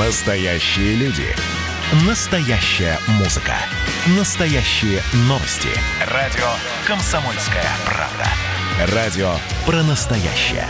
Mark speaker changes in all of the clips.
Speaker 1: Настоящие люди. Настоящая музыка. Настоящие новости. Радио «Комсомольская правда». Радио про настоящее.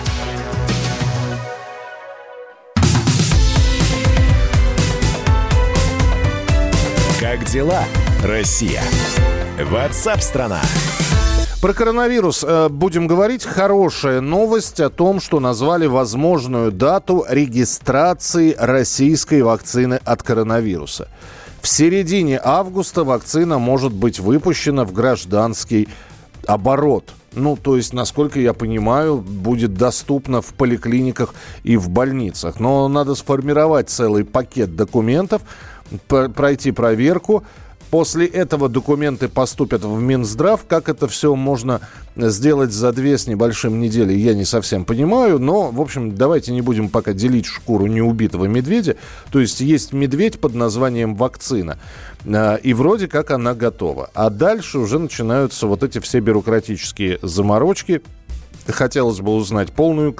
Speaker 1: Как дела, Россия? WhatsApp-страна.
Speaker 2: Про коронавирус будем говорить. Хорошая новость о том, что назвали возможную дату регистрации российской вакцины от коронавируса. В середине августа вакцина может быть выпущена в гражданский оборот. То есть, насколько я понимаю, будет доступна в поликлиниках и в больницах. Но надо сформировать целый пакет документов, пройти проверку. После этого документы поступят в Минздрав. Как это все можно сделать за 2 с небольшим недели, я не совсем понимаю. Но, в общем, давайте не будем пока делить шкуру неубитого медведя. То есть медведь под названием вакцина. И вроде как она готова. А дальше уже начинаются вот эти все бюрократические заморочки. Хотелось бы узнать, полностью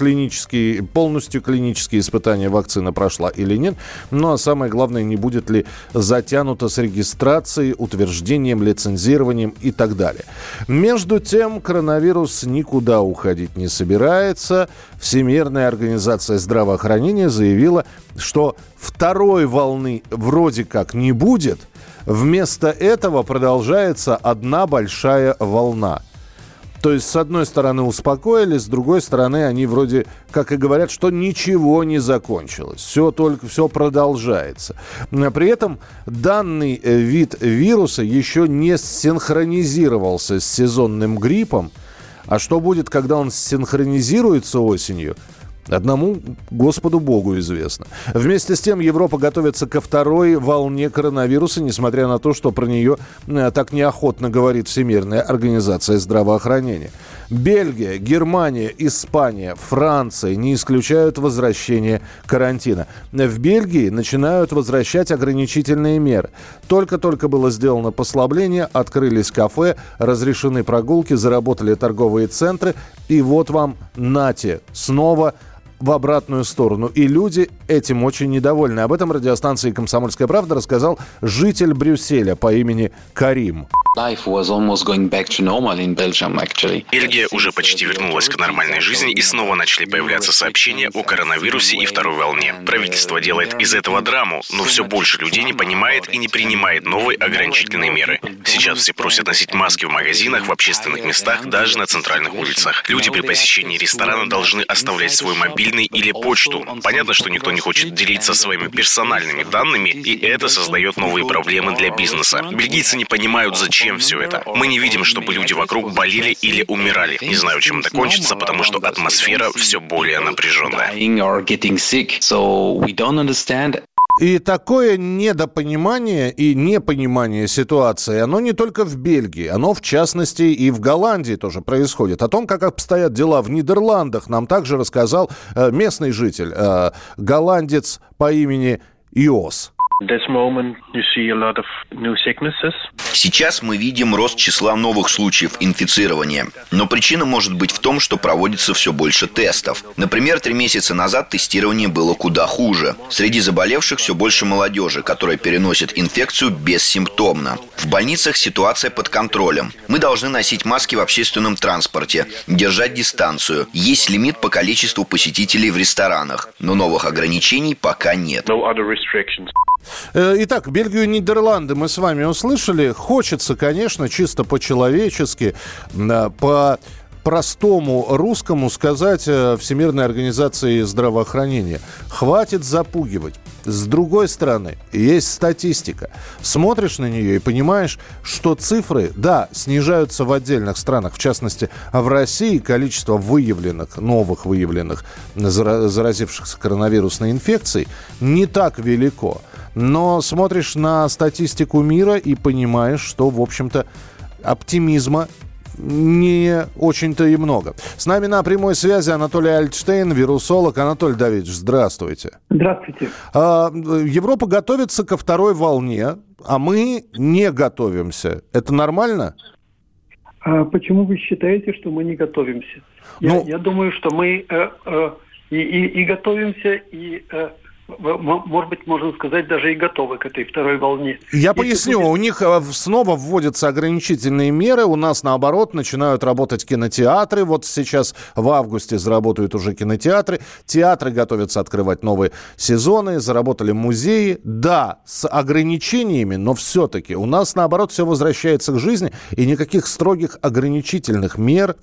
Speaker 2: клинические испытания вакцина прошла или нет. Ну, а самое главное, не будет ли затянуто с регистрацией, утверждением, лицензированием и так далее. Между тем, коронавирус никуда уходить не собирается. Всемирная организация здравоохранения заявила, что второй волны вроде как не будет. Вместо этого продолжается одна большая волна. То есть, с одной стороны, успокоились, с другой стороны, они вроде как и говорят, что ничего не закончилось. Все продолжается. При этом данный вид вируса еще не синхронизировался с сезонным гриппом. А что будет, когда он синхронизируется осенью? Одному Господу Богу известно. Вместе с тем Европа готовится ко второй волне коронавируса, несмотря на то, что про нее так неохотно говорит Всемирная организация здравоохранения. Бельгия, Германия, Испания, Франция не исключают возвращение карантина. В Бельгии начинают возвращать ограничительные меры. Только-только было сделано послабление, открылись кафе, разрешены прогулки, заработали торговые центры. И вот вам, нате, снова в обратную сторону. И люди этим очень недовольны. Об этом радиостанции «Комсомольская правда» рассказал житель Брюсселя по имени Карим.
Speaker 3: Бельгия уже почти вернулась к нормальной жизни, и снова начали появляться сообщения о коронавирусе и второй волне. Правительство делает из этого драму, но все больше людей не понимает и не принимает новые ограничительные меры. Сейчас все просят носить маски в магазинах, в общественных местах, даже на центральных улицах. Люди при посещении ресторана должны оставлять свой мобильный или почту. Понятно, что никто не хочет делиться своими персональными данными, и это создает новые проблемы для бизнеса. Бельгийцы не понимают, зачем все это. Мы не видим, чтобы люди вокруг болели или умирали. Не знаю, чем это кончится, потому что атмосфера все более напряженная.
Speaker 2: И такое недопонимание и непонимание ситуации, оно не только в Бельгии, оно, в частности, и в Голландии тоже происходит. О том, как обстоят дела в Нидерландах, нам также рассказал местный житель, голландец по имени Иос.
Speaker 4: Сейчас мы видим рост числа новых случаев инфицирования. Но причина может быть в том, что проводится все больше тестов. Например, 3 месяца назад тестирование было куда хуже. Среди заболевших все больше молодежи, которая переносит инфекцию бессимптомно. В больницах ситуация под контролем. Мы должны носить маски в общественном транспорте, держать дистанцию. Есть лимит по количеству посетителей в ресторанах. Но новых ограничений пока нет.
Speaker 2: Итак, Бельгию и Нидерланды мы с вами услышали. Хочется, конечно, чисто по-человечески, по-простому русскому сказать Всемирной организации здравоохранения: хватит запугивать. С другой стороны, есть статистика. Смотришь на нее и понимаешь, что цифры, да, снижаются в отдельных странах. В частности, в России количество новых выявленных заразившихся коронавирусной инфекцией не так велико. Но смотришь на статистику мира и понимаешь, что, в общем-то, оптимизма не очень-то и много. С нами на прямой связи Анатолий Альтштейн, вирусолог. Анатолий Давидович, здравствуйте.
Speaker 5: Здравствуйте.
Speaker 2: Европа готовится ко второй волне, а мы не готовимся. Это нормально?
Speaker 5: А почему вы считаете, что мы не готовимся? Я думаю, что мы и готовимся, и может быть, можно сказать, даже и готовы к этой второй волне.
Speaker 2: Я поясню, у них снова вводятся ограничительные меры, у нас, наоборот, начинают работать кинотеатры, вот сейчас в августе заработают уже кинотеатры, театры готовятся открывать новые сезоны, заработали музеи, да, с ограничениями, но все-таки у нас, наоборот, все возвращается к жизни, и никаких строгих ограничительных мер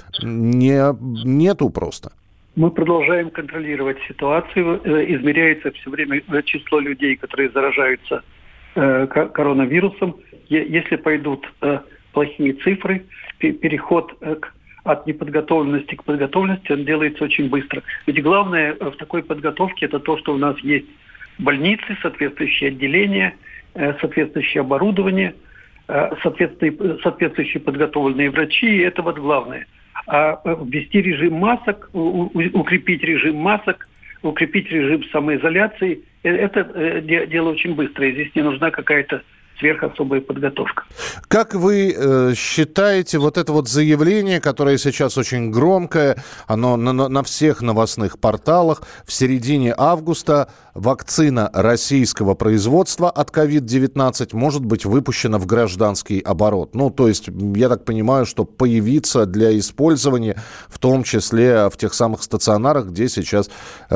Speaker 2: нету просто.
Speaker 5: Мы продолжаем контролировать ситуацию. Измеряется все время число людей, которые заражаются коронавирусом. Если пойдут плохие цифры, переход от неподготовленности к подготовленности, он делается очень быстро. Ведь главное в такой подготовке это то, что у нас есть больницы, соответствующие отделения, соответствующее оборудование, соответствующие подготовленные врачи. И это вот главное. А ввести режим масок, укрепить режим масок, укрепить режим самоизоляции, это дело очень быстрое. Здесь не нужна какая-то сверхособая подготовка.
Speaker 2: Как вы считаете, вот это вот заявление, которое сейчас очень громкое, оно на всех новостных порталах, в середине августа вакцина российского производства от COVID-19 может быть выпущена в гражданский оборот? Ну, то есть, я так понимаю, что появиться для использования, в том числе в тех самых стационарах, где сейчас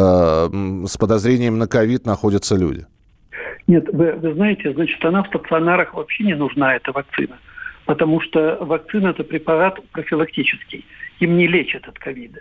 Speaker 2: с подозрением на ковид находятся люди.
Speaker 5: Нет, вы знаете, значит, она в стационарах вообще не нужна, эта вакцина. Потому что вакцина – это препарат профилактический. Им не лечат от ковида.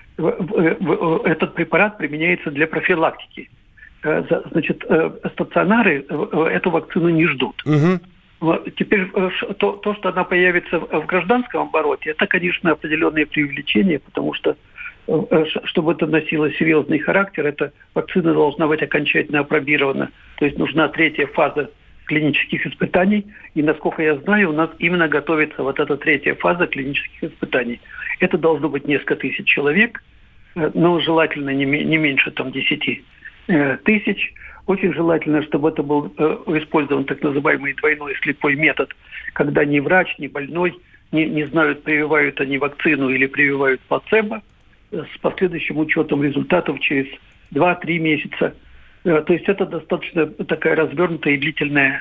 Speaker 5: Этот препарат применяется для профилактики. Значит, стационары эту вакцину не ждут. Угу. Теперь то, что она появится в гражданском обороте, это, конечно, определенное преувеличение, потому что чтобы это носило серьезный характер, эта вакцина должна быть окончательно апробирована. То есть нужна 3-я фаза клинических испытаний. И, насколько я знаю, у нас именно готовится вот эта 3-я фаза клинических испытаний. Это должно быть несколько тысяч человек, но желательно не меньше 10 тысяч. Очень желательно, чтобы это был использован так называемый двойной слепой метод, когда ни врач, ни больной не знают, прививают они вакцину или прививают плацебо, с последующим учетом результатов через 2-3 месяца. То есть это достаточно такая развернутая и длительная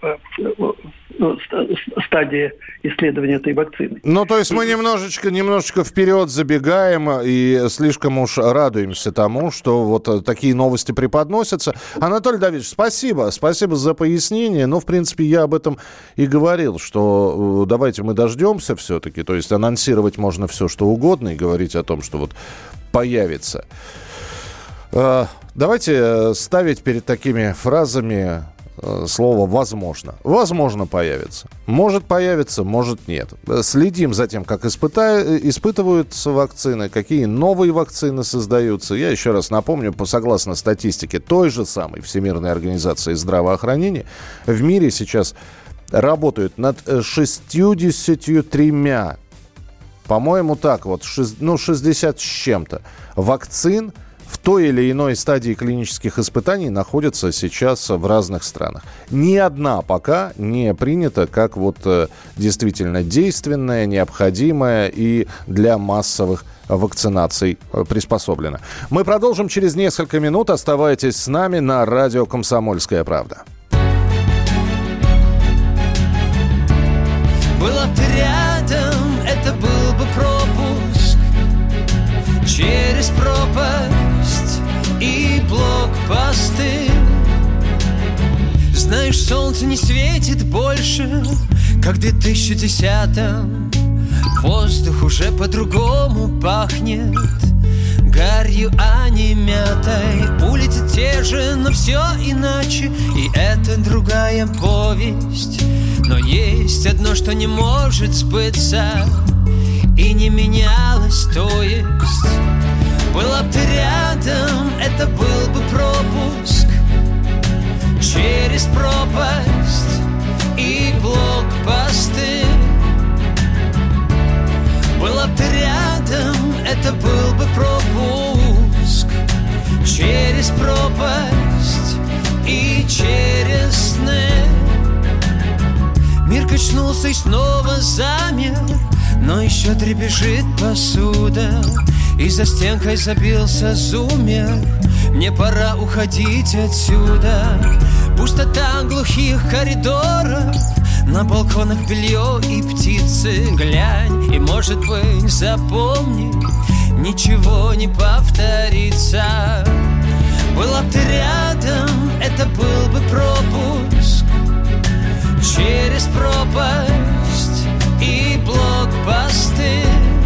Speaker 5: стадия исследования этой вакцины.
Speaker 2: Ну, то есть мы немножечко вперед забегаем и слишком уж радуемся тому, что вот такие новости преподносятся. Анатолий Давидович, спасибо за пояснение. Но, в принципе, я об этом и говорил, что давайте мы дождемся все-таки. То есть анонсировать можно все, что угодно, и говорить о том, что вот появится. Давайте ставить перед такими фразами слово «возможно». Возможно, появится. Может появиться, может нет. Следим за тем, как испытываются вакцины, какие новые вакцины создаются. Я еще раз напомню, согласно статистике той же самой Всемирной организации здравоохранения, в мире сейчас работают над 63, по-моему, так вот, 60 с чем-то вакцин, в той или иной стадии клинических испытаний находится сейчас в разных странах. Ни одна пока не принята как вот действительно действенная, необходимая и для массовых вакцинаций приспособлена. Мы продолжим через несколько минут. Оставайтесь с нами на радио «Комсомольская правда».
Speaker 6: Была бы ты рядом, это был бы пропуск через пропасть и блокпосты. Знаешь, солнце не светит больше, как в 2010-м. Воздух уже по-другому пахнет гарью, а не мятой. Улицы те же, но все иначе, и это другая повесть. Но есть одно, что не может сбыться и не менялось, то есть была бы ты рядом, это был бы пропуск через пропасть и блокпосты. Была бы ты рядом, это был бы пропуск через пропасть и через сны. Мир качнулся и снова замер, но еще дребезжит посуда, и за стенкой забился зумер. мне пора уходить отсюда. Пустота глухих коридоров, на балконах белье и птицы. Глянь, и, может быть, запомни, ничего не повторится. Была бы ты рядом, это был бы пропуск через пропасть и блокпосты.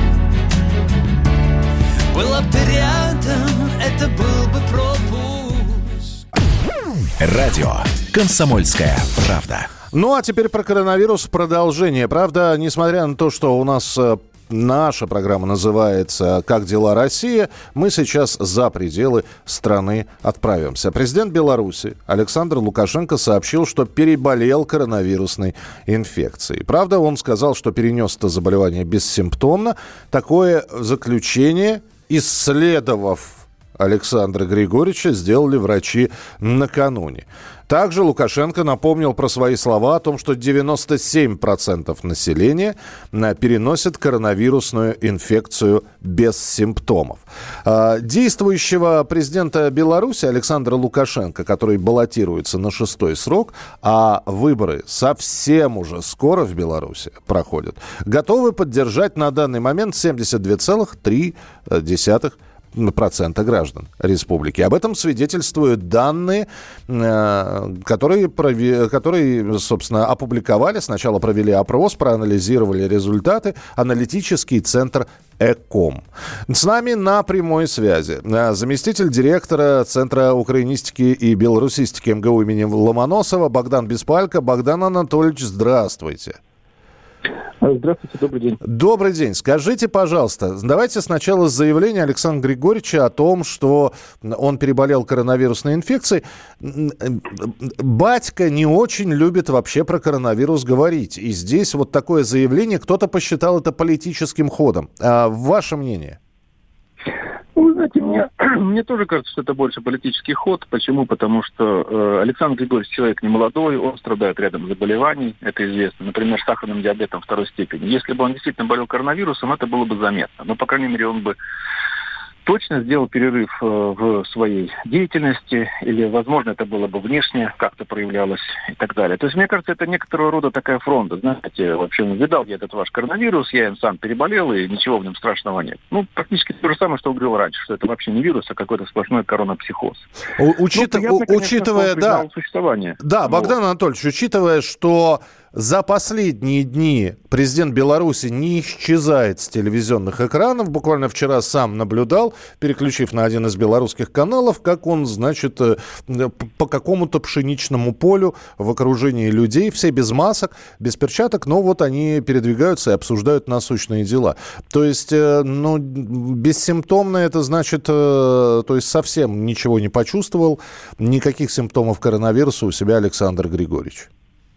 Speaker 6: Была бы ты рядом, это был бы пропуск.
Speaker 1: Радио «Комсомольская правда».
Speaker 2: Ну, а теперь про коронавирус продолжение. Правда, несмотря на то, что у нас наша программа называется «Как дела, Россия?», мы сейчас за пределы страны отправимся. Президент Беларуси Александр Лукашенко сообщил, что переболел коронавирусной инфекцией. Правда, он сказал, что перенес это заболевание бессимптомно. Такое заключение, исследовав Александра Григорьевича, сделали врачи накануне. Также Лукашенко напомнил про свои слова о том, что 97% населения переносит коронавирусную инфекцию без симптомов. Действующего президента Беларуси Александра Лукашенко, который баллотируется на 6-й срок, а выборы совсем уже скоро в Беларуси проходят, готовы поддержать на данный момент 72,3% граждан республики. Об этом свидетельствуют данные, которые, собственно, опубликовали. Сначала провели опрос, проанализировали результаты. Аналитический центр ЭКОМ. С нами на прямой связи заместитель директора Центра украинистики и белорусистики МГУ имени Ломоносова Богдан Беспалько. Богдан Анатольевич, здравствуйте.
Speaker 7: Здравствуйте, добрый день.
Speaker 2: Добрый день. Скажите, пожалуйста, давайте сначала с заявления Александра Григорьевича о том, что он переболел коронавирусной инфекцией. Батька не очень любит вообще про коронавирус говорить. И здесь вот такое заявление, кто-то посчитал это политическим ходом. Ваше мнение?
Speaker 7: Вы знаете, мне тоже кажется, что это больше политический ход. Почему? Потому что Александр Григорьевич человек не молодой, он страдает рядом заболеваний, это известно. Например, сахарным диабетом второй степени. Если бы он действительно болел коронавирусом, это было бы заметно. Но, по крайней мере, он бы точно сделал перерыв в своей деятельности, или, возможно, это было бы внешне как-то проявлялось и так далее. То есть, мне кажется, это некоторого рода такая фронта. Знаете, в общем, видал я этот ваш коронавирус, я им сам переболел, и ничего в нем страшного нет. Ну, практически то же самое, что говорил раньше, что это вообще не вирус, а какой-то сплошной коронапсихоз.
Speaker 2: Учитывая, да,
Speaker 7: существование.
Speaker 2: Да, Богдан Анатольевич, учитывая, что за последние дни президент Беларуси не исчезает с телевизионных экранов. Буквально вчера сам наблюдал, переключив на один из белорусских каналов, как он, значит, по какому-то пшеничному полю в окружении людей, все без масок, без перчаток, но вот они передвигаются и обсуждают насущные дела. То есть, ну, бессимптомно это значит, то есть совсем ничего не почувствовал, никаких симптомов коронавируса у себя Александр Григорьевич.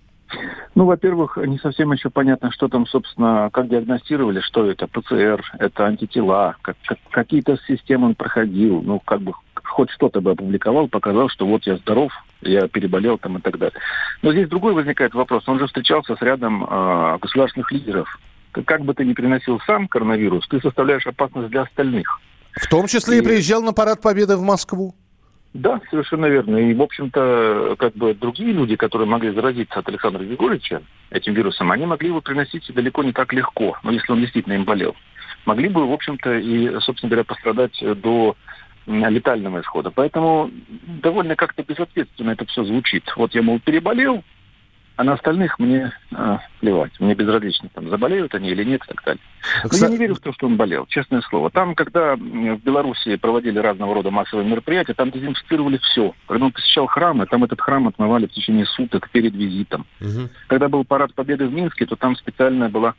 Speaker 7: Ну, во-первых, не совсем еще понятно, что там, собственно, как диагностировали, что это ПЦР, это антитела, какие-то системы он проходил, ну, как бы хоть что-то бы опубликовал, показал, что вот я здоров, я переболел там и так далее. Но здесь другой возникает вопрос. Он же встречался с рядом государственных лидеров. Как бы ты ни приносил сам коронавирус, ты составляешь опасность для остальных.
Speaker 2: В том числе и приезжал на Парад Победы в Москву.
Speaker 7: Да, совершенно верно. И, в общем-то, как бы другие люди, которые могли заразиться от Александра Григорьевича этим вирусом, они могли его приносить далеко не так легко, но если он действительно им болел. Могли бы, в общем-то, и, собственно говоря, пострадать до летального исхода. Поэтому довольно как-то безответственно это все звучит. Вот я, мол, переболел, а на остальных мне плевать. Мне безразлично, там, заболеют они или нет и так далее. Но я не верю в то, что он болел, честное слово. Там, когда в Беларуси проводили разного рода массовые мероприятия, там дезинфицировали все. Когда он посещал храмы, там этот храм отмывали в течение суток перед визитом. Угу. Когда был парад Победы в Минске, то там специальная была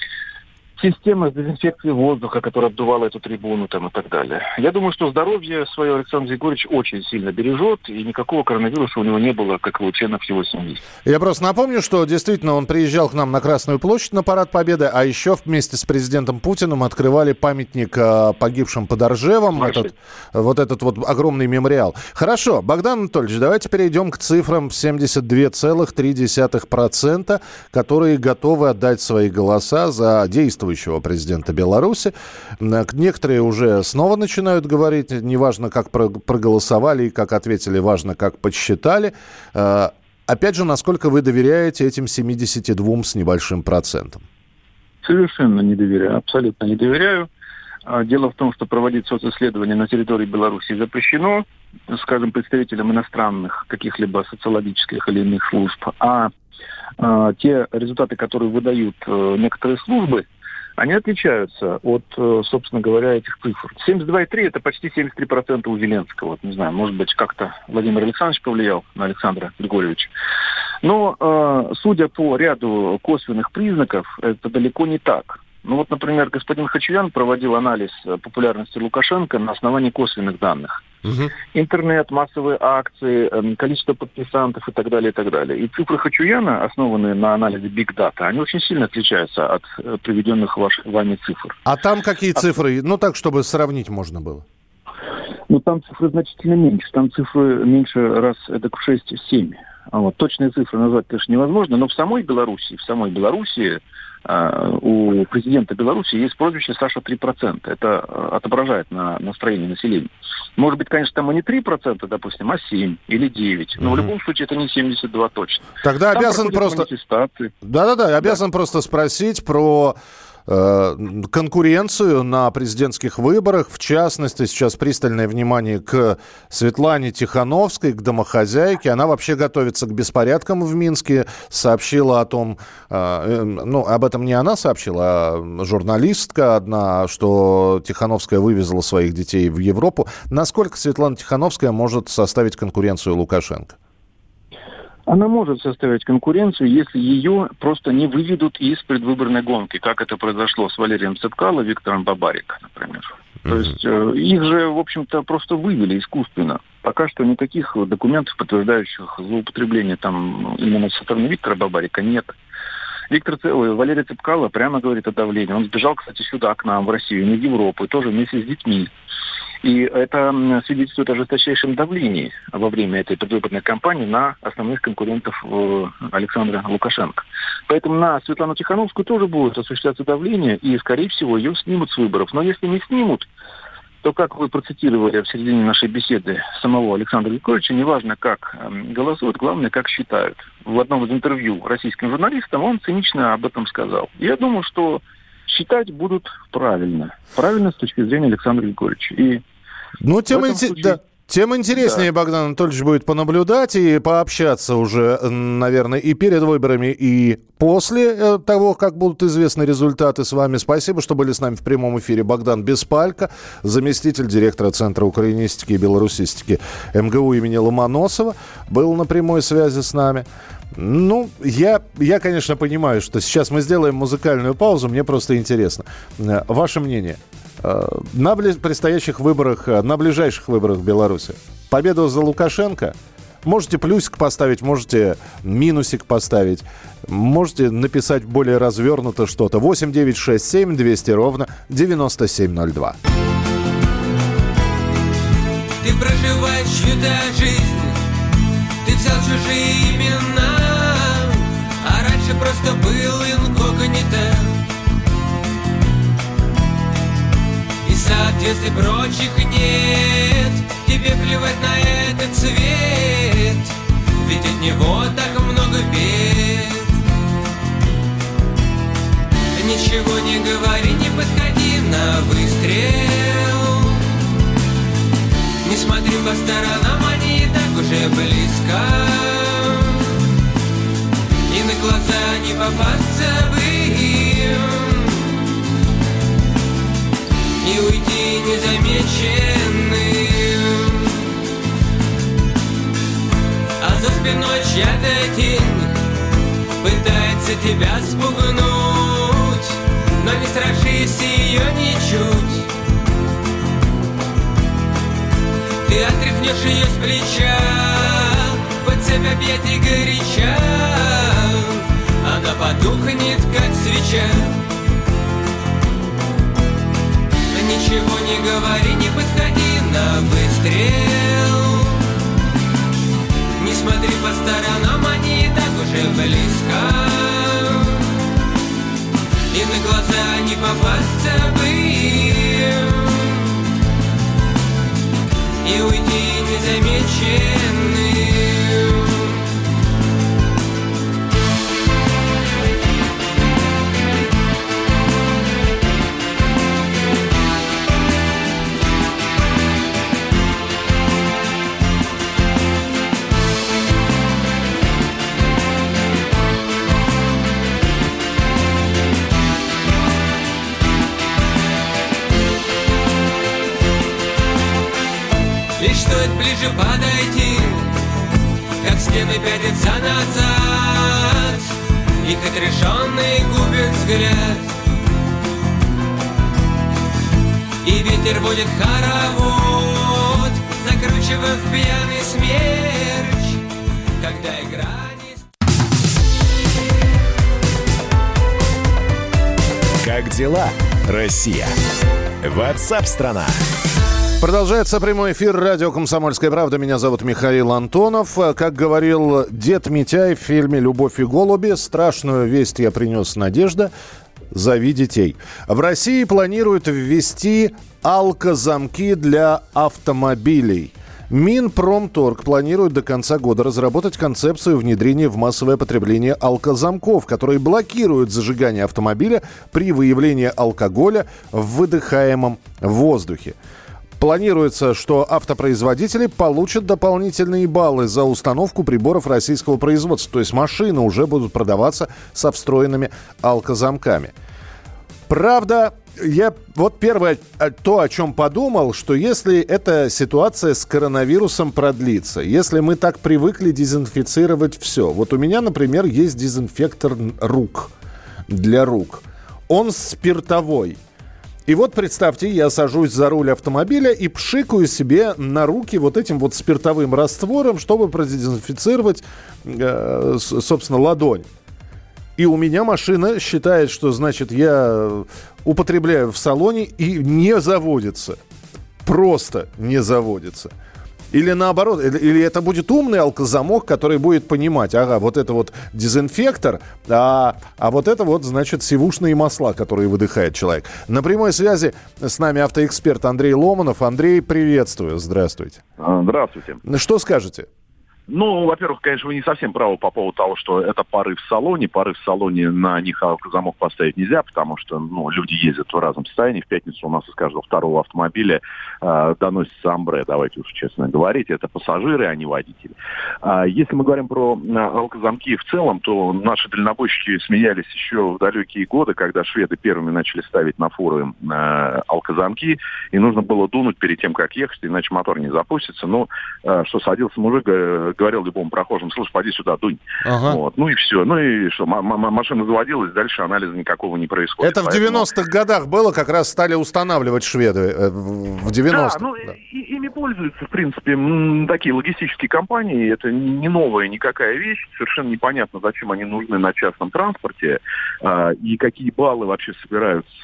Speaker 7: система дезинфекции воздуха, которая обдувала эту трибуну там, и так далее. Я думаю, что здоровье свое Александр Григорьевич очень сильно бережет, и никакого коронавируса у него не было, как и у членов его семьи.
Speaker 2: Я просто напомню, что действительно он приезжал к нам на Красную площадь на Парад Победы, а еще вместе с президентом Путиным открывали памятник погибшим под Ржевом, этот вот огромный мемориал. Хорошо, Богдан Анатольевич, давайте перейдем к цифрам 72,3%, которые готовы отдать свои голоса за действующего действующего президента Беларуси. Некоторые уже снова начинают говорить, неважно, как проголосовали и как ответили, важно, как подсчитали. Опять же, насколько вы доверяете этим 72 с небольшим процентам?
Speaker 7: Совершенно не доверяю, абсолютно не доверяю. Дело в том, что проводить социсследования на территории Беларуси запрещено, скажем, представителям иностранных каких-либо социологических или иных служб. А те результаты, которые выдают некоторые службы, они отличаются от, собственно говоря, этих цифр. 72,3 – это почти 73% у Зеленского. Вот, не знаю, может быть, как-то Владимир Александрович повлиял на Александра Григорьевича. Но, судя по ряду косвенных признаков, это далеко не так. Ну вот, например, господин Хачуян проводил анализ популярности Лукашенко на основании косвенных данных. Интернет, массовые акции, количество подписантов и так далее, и так далее. И цифры Хачуяна, основанные на анализе Big Data, они очень сильно отличаются от приведенных вами цифр.
Speaker 2: А там какие цифры? Ну так, чтобы сравнить можно было.
Speaker 7: Ну там цифры значительно меньше. Там цифры меньше раз это в 6-7. Вот. Точные цифры назвать, конечно, невозможно, но в самой Беларуси у президента Беларуси есть прозвище Саша 3%. Это отображает на настроение населения. Может быть, конечно, там и не 3%, допустим, а 7 или 9. Но в любом случае это не 72 точно.
Speaker 2: Тогда
Speaker 7: там
Speaker 2: обязан просто... обязан просто спросить про конкуренцию на президентских выборах. В частности, сейчас пристальное внимание к Светлане Тихановской, к домохозяйке. Она вообще готовится к беспорядкам в Минске. Сообщила о том, об этом не она сообщила, а журналистка одна, что Тихановская вывезла своих детей в Европу. Насколько Светлана Тихановская может составить конкуренцию Лукашенко?
Speaker 7: Она может составить конкуренцию, если ее просто не выведут из предвыборной гонки, как это произошло с Валерием Цепкало и Виктором Бабарико, например. То есть их же, в общем-то, просто вывели искусственно. Пока что никаких документов, подтверждающих злоупотребление там именно со стороны Виктора Бабарико, нет. Валерий Цепкало прямо говорит о давлении. Он сбежал, кстати, сюда, к нам, в Россию, не в Европу, и тоже вместе с детьми. И это свидетельствует о жесточайшем давлении во время этой предвыборной кампании на основных конкурентов Александра Лукашенко. Поэтому на Светлану Тихановскую тоже будет осуществляться давление, и, скорее всего, ее снимут с выборов. Но если не снимут, то, как вы процитировали в середине нашей беседы самого Александра Григорьевича, неважно, как голосуют, главное, как считают. В одном из интервью российским журналистам он цинично об этом сказал. Я думаю, что считать будут правильно. Правильно с точки зрения Александра Григорьевича. И
Speaker 2: тем интереснее, да. Богдан Анатольевич, будет понаблюдать и пообщаться уже, наверное, и перед выборами, и после того, как будут известны результаты с вами. Спасибо, что были с нами в прямом эфире. Богдан Беспалько, заместитель директора Центра украинистики и белорусистики МГУ имени Ломоносова, был на прямой связи с нами. Ну, я, конечно, понимаю, что сейчас мы сделаем музыкальную паузу. Мне просто интересно. Ваше мнение на предстоящих выборах, на ближайших выборах в Беларуси? Победу за Лукашенко? Можете плюсик поставить, можете минусик поставить. Можете написать более развернуто что-то. 8 9 6 7 200 ровно 9702.
Speaker 6: Ты проживаешь чью-то жизнь, ты взял чужие имена, а раньше просто был инкогнито. И соответствий прочих нет, тебе плевать на этот цвет, ведь от него так много бед. Ничего не говори, не подходи на выстрел, не смотри по сторонам, они и так уже близко, и на глаза не попасться бы им, и уйти незамеченным. А за спиной чья-то тень пытается тебя спугнуть, но не страшись ее ничуть. Ты отряхнешь ее с плеча, под цепь объятий горяча, она потухнет, как свеча. Ничего не говори, не подходи на выстрел, не смотри по сторонам, они и так уже близко, и на глаза не попасться бы им, и уйти незамеченным. Лишь стоит ближе подойти, как стены пятятся назад, их отрешенный губит взгляд, и ветер будет хоровод, закручивая в пьяный смерч, когда игра не...
Speaker 1: Как дела, Россия? WhatsApp-страна.
Speaker 2: Продолжается прямой эфир радио «Комсомольская правда». Меня зовут Михаил Антонов. Как говорил дед Митяй в фильме «Любовь и голуби», страшную весть я принес, Надежда. Зови детей. В России планируют ввести алкозамки для автомобилей. Минпромторг планирует до конца года разработать концепцию внедрения в массовое потребление алкозамков, которые блокируют зажигание автомобиля при выявлении алкоголя в выдыхаемом воздухе. Планируется, что автопроизводители получат дополнительные баллы за установку приборов российского производства. То есть машины уже будут продаваться со встроенными алкозамками. Правда, я вот первое, то, о чем подумал, что если эта ситуация с коронавирусом продлится, если мы так привыкли дезинфицировать все. Вот у меня, например, есть дезинфектор рук для рук. Он спиртовой. И вот представьте, я сажусь за руль автомобиля и пшикаю себе на руки вот этим вот спиртовым раствором, чтобы продезинфицировать, собственно, ладонь. И у меня машина считает, что, значит, я употребляю в салоне и не заводится. Просто не заводится. Или наоборот, или это будет умный алкозамок, который будет понимать, ага, вот это вот дезинфектор, а вот это вот, значит, сивушные масла, которые выдыхает человек. На прямой связи с нами автоэксперт Андрей Ломанов. Андрей, приветствую, здравствуйте.
Speaker 8: Здравствуйте.
Speaker 2: Что скажете?
Speaker 8: Ну, во-первых, конечно, вы не совсем правы по поводу того, что это пары в салоне. Пары в салоне, на них алкозамок поставить нельзя, потому что люди ездят в разном состоянии. В пятницу у нас из каждого второго автомобиля доносится амбре, давайте уж честно говорить. Это пассажиры, а не водители. Если мы говорим про алкозамки в целом, то наши дальнобойщики смеялись еще в далекие годы, когда шведы первыми начали ставить на фуры алкозамки, и нужно было дунуть перед тем, как ехать, иначе мотор не запустится. Но что садился мужик, говорил любому прохожему: слушай, поди сюда, дунь. Ага. Вот. Ну и все. Ну и что, машина заводилась, дальше анализа никакого не происходит.
Speaker 2: Это поэтому... в 90-х годах было, как раз стали устанавливать шведы в 90-х.
Speaker 8: Да, ими пользуются, в принципе, такие логистические компании. Это не новая никакая вещь. Совершенно непонятно, зачем они нужны на частном транспорте и какие баллы вообще собираются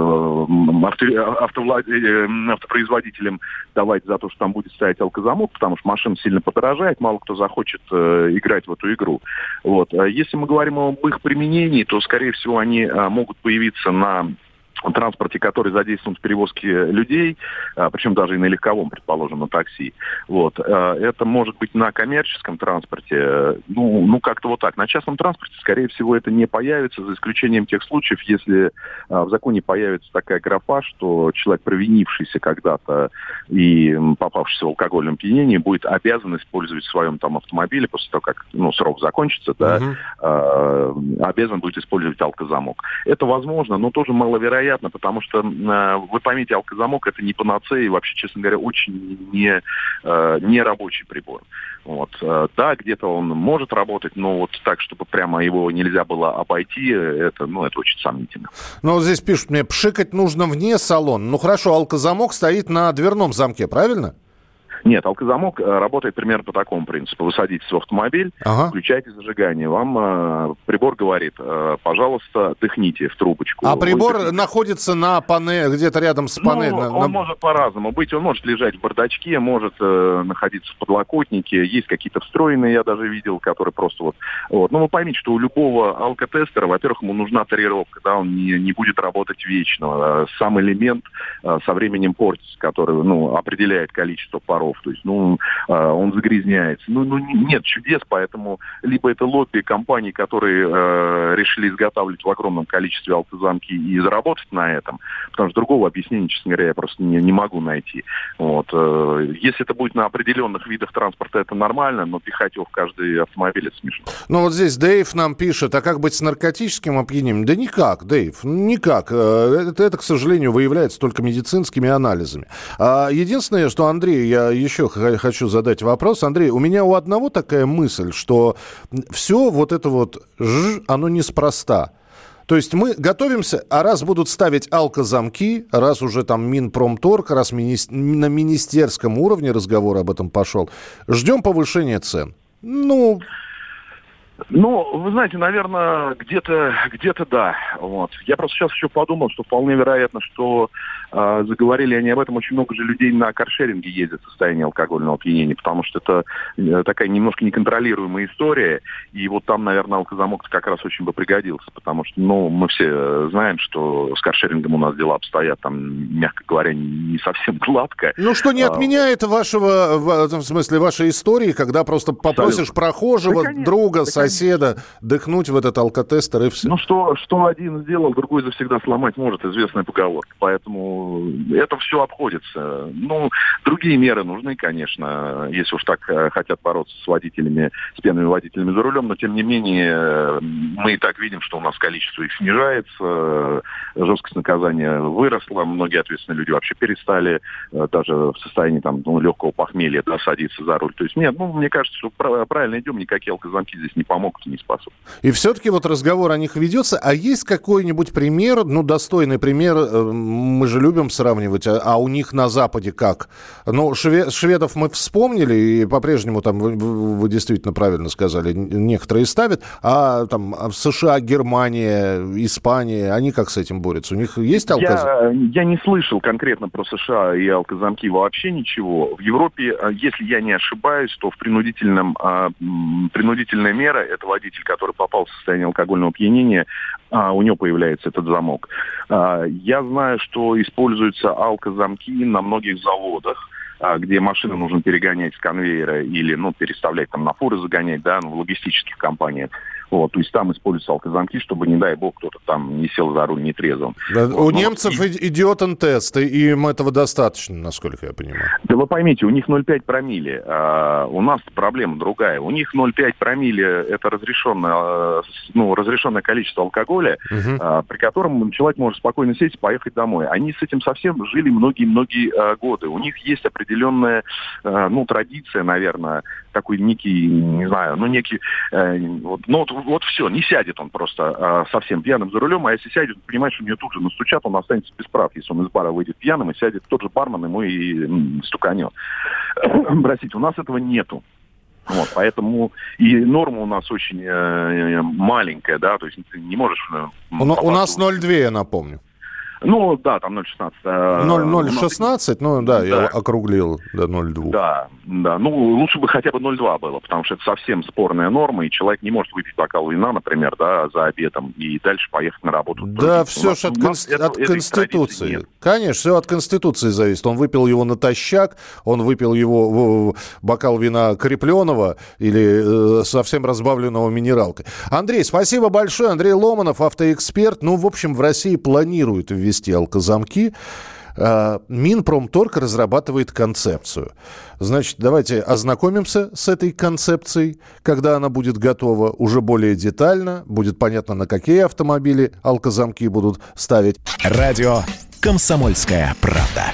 Speaker 8: автопроизводителям давать за то, что там будет стоять алкозамок, потому что машина сильно подорожает, мало кто захочет играть в эту игру. Вот. Если мы говорим об их применении, то, скорее всего, они могут появиться на транспорте, который задействован в перевозке людей, причем даже и на легковом, предположим, на такси. Вот. Это может быть на коммерческом транспорте, как-то вот так. На частном транспорте, скорее всего, это не появится, за исключением тех случаев, если в законе появится такая графа, что человек, провинившийся когда-то и попавшийся в алкогольное опьянение, будет обязан использовать в своем там автомобиле после того, как срок закончится, обязан будет использовать алкозамок. Это возможно, но тоже маловероятно, потому что, вы поймите, алкозамок — это не панацея, и вообще, честно говоря, очень не рабочий прибор. Вот. Да, где-то он может работать, но вот так, чтобы прямо его нельзя было обойти, это очень сомнительно.
Speaker 2: Ну, вот здесь пишут мне, пшикать нужно вне салона. Ну, хорошо, алкозамок стоит на дверном замке, правильно?
Speaker 8: Нет, алкозамок работает примерно по такому принципу. Вы садитесь в автомобиль, включаете зажигание. Вам прибор говорит, пожалуйста, дыхните в трубочку.
Speaker 2: А прибор находится на панели, где-то рядом с панелью?
Speaker 8: Он может по-разному быть. Он может лежать в бардачке, может находиться в подлокотнике. Есть какие-то встроенные, я даже видел, которые просто вот. Но вы поймите, что у любого алкотестера, во-первых, ему нужна тарировка, да, он не будет работать вечно. Сам элемент со временем портится, который, определяет количество паров. То есть, он загрязняется. Нет чудес, поэтому либо это лобби компаний, которые решили изготавливать в огромном количестве алкозамки и заработать на этом, потому что другого объяснения, честно говоря, я просто не могу найти. Вот. Если это будет на определенных видах транспорта, это нормально, но пихать его в каждый автомобиль, это смешно.
Speaker 2: Вот здесь Дэйв нам пишет, а как быть с наркотическим опьянением? Да никак, Дэйв, никак. Это, к сожалению, выявляется только медицинскими анализами. Единственное, что, Андрей, я еще хочу задать вопрос. Андрей, у меня у одного такая мысль, что все вот это оно неспроста. То есть мы готовимся, а раз будут ставить алкозамки, раз уже там Минпромторг, раз на министерском уровне разговор об этом пошел, ждем повышения цен. Вы
Speaker 8: знаете, наверное, где-то да. Вот. Я просто сейчас еще подумал, что вполне вероятно, что заговорили они об этом. Очень много же людей на каршеринге ездят в состоянии алкогольного опьянения, потому что это такая немножко неконтролируемая история. И вот там, наверное, алкозамок как раз очень бы пригодился, потому что, мы все знаем, что с каршерингом у нас дела обстоят, там, мягко говоря, не совсем гладко.
Speaker 2: Что не отменяет вашей истории, когда просто попросишь прохожего, друга, соседа дыхнуть в этот алкотестер и все.
Speaker 8: Что один сделал, другой завсегда сломать может, известная поговорка. Поэтому это все обходится. Другие меры нужны, конечно, если уж так хотят бороться с водителями, с пьяными водителями за рулем, но тем не менее мы и так видим, что у нас количество их снижается, жесткость наказания выросла, многие ответственные люди вообще перестали даже в состоянии легкого похмелья садиться за руль. То есть нет, мне кажется, что правильно идем, никакие алкозамки здесь не помогут и не спасут. И
Speaker 2: все-таки о них ведется. А есть какой-нибудь пример, достойный пример, мы же любим сравнивать, а у них на Западе как? Шведов мы вспомнили, и по-прежнему там, вы действительно правильно сказали, некоторые ставят, а там в США, Германия, Испания, они как с этим борются? У них есть алкозамки?
Speaker 8: Я не слышал конкретно про США и алкозамки вообще ничего. В Европе, если я не ошибаюсь, то в принудительная мера, это водитель, который попал в состояние алкогольного опьянения, у него появляется этот замок. Я знаю, что используются алкозамки на многих заводах, где машины нужно перегонять с конвейера или переставлять на фуры загонять, в логистических компаниях. То есть там используются алкозамки, чтобы, не дай бог, кто-то там не сел за руль нетрезвым.
Speaker 2: У немцев идиотен-тест, и им этого достаточно, насколько я понимаю.
Speaker 8: Да вы поймите, у них 0,5 промилле. У нас проблема другая. У них 0,5 промилле – это разрешенное количество алкоголя, при котором человек может спокойно сесть и поехать домой. Они с этим совсем жили многие-многие годы. У них есть определенная традиция, наверное, такой некий, не знаю, все, не сядет он просто совсем пьяным за рулем, а если сядет, он понимает, что мне тут же настучат, он останется без прав, если он из бара выйдет пьяным и сядет, тот же бармен ему и стуканет. Простите, у нас этого нету. Поэтому и норма у нас очень маленькая, да, то есть ты не можешь...
Speaker 2: У нас 0,2, я напомню.
Speaker 8: Там 0,16.
Speaker 2: 0,16, я округлил до 0,2.
Speaker 8: Да. Лучше бы хотя бы 0,2 было, потому что это совсем спорная норма, и человек не может выпить бокал вина, например, за обедом, и дальше поехать на работу.
Speaker 2: Да, все же от Конституции. Конечно, все от Конституции зависит. Он выпил его натощак, он выпил его бокал вина крепленого или совсем разбавленного минералкой. Андрей, спасибо большое. Андрей Ломанов, автоэксперт. В общем, в России планируют ввести алкозамки. Минпромторг разрабатывает концепцию. Значит, давайте ознакомимся с этой концепцией, когда она будет готова, уже более детально, будет понятно, на какие автомобили алкозамки будут ставить.
Speaker 1: Радио «Комсомольская правда».